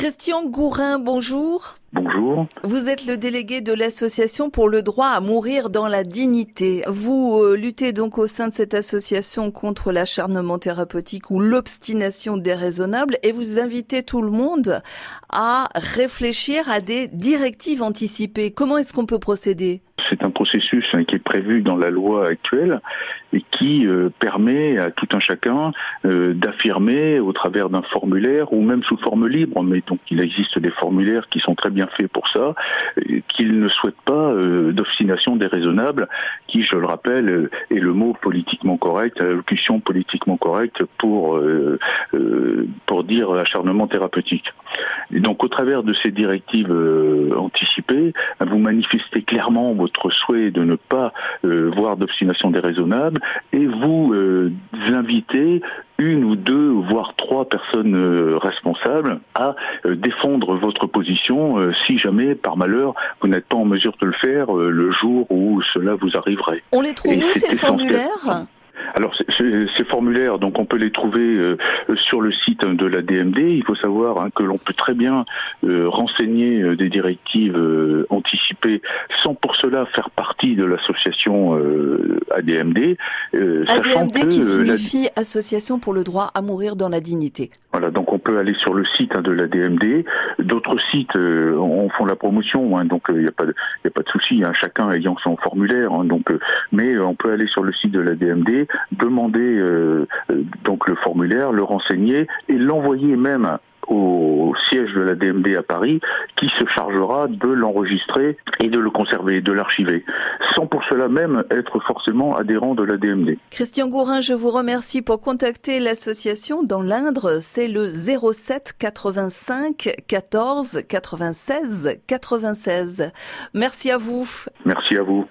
Christian Gourin, bonjour. Bonjour. Vous êtes le délégué de l'association pour le droit à mourir dans la dignité. Vous luttez donc au sein de cette association contre l'acharnement thérapeutique ou l'obstination déraisonnable et vous invitez tout le monde à réfléchir à des directives anticipées. Comment est-ce qu'on peut procéder ? C'est un processus qui est prévu dans la loi actuelle et qui permet à tout un chacun d'affirmer au travers d'un formulaire ou même sous forme libre, mais donc il existe des formulaires qui sont très bien faits pour ça, qu'il ne souhaite pas d'obstination déraisonnable, qui, je le rappelle, est le mot politiquement correct, l'allocution politiquement correcte pour dire acharnement thérapeutique. Et donc au travers de ces directives anticipées, vous manifestez clairement votre souhait de ne pas voir d'obstination déraisonnable et vous invitez une ou deux, voire trois personnes responsables à défendre votre position si jamais, par malheur, vous n'êtes pas en mesure de le faire le jour où cela vous arriverait. On les trouve où, ces formulaires ? Alors, ces formulaires, donc on peut les trouver sur le site de la DMD. Il faut savoir que l'on peut très bien renseigner des directives anticipées sans pour cela faire partie de l'association ADMD. ADMD qui signifie Association pour le droit à mourir dans la dignité. Voilà, donc on peut aller sur le site de la DMD. D'autres sites en font la promotion, donc il n'y a pas de souci, chacun ayant son formulaire. Mais on peut aller sur le site de la DMD, demander donc le formulaire, le renseigner et l'envoyer même au siège de la DMD à Paris, qui se chargera de l'enregistrer et de le conserver, de l'archiver, sans pour cela même être forcément adhérent de la DMD. Christian Gourin, je vous remercie. Pour contacter l'association dans l'Indre, c'est le 07 85 14 96 96. Merci à vous. Merci à vous.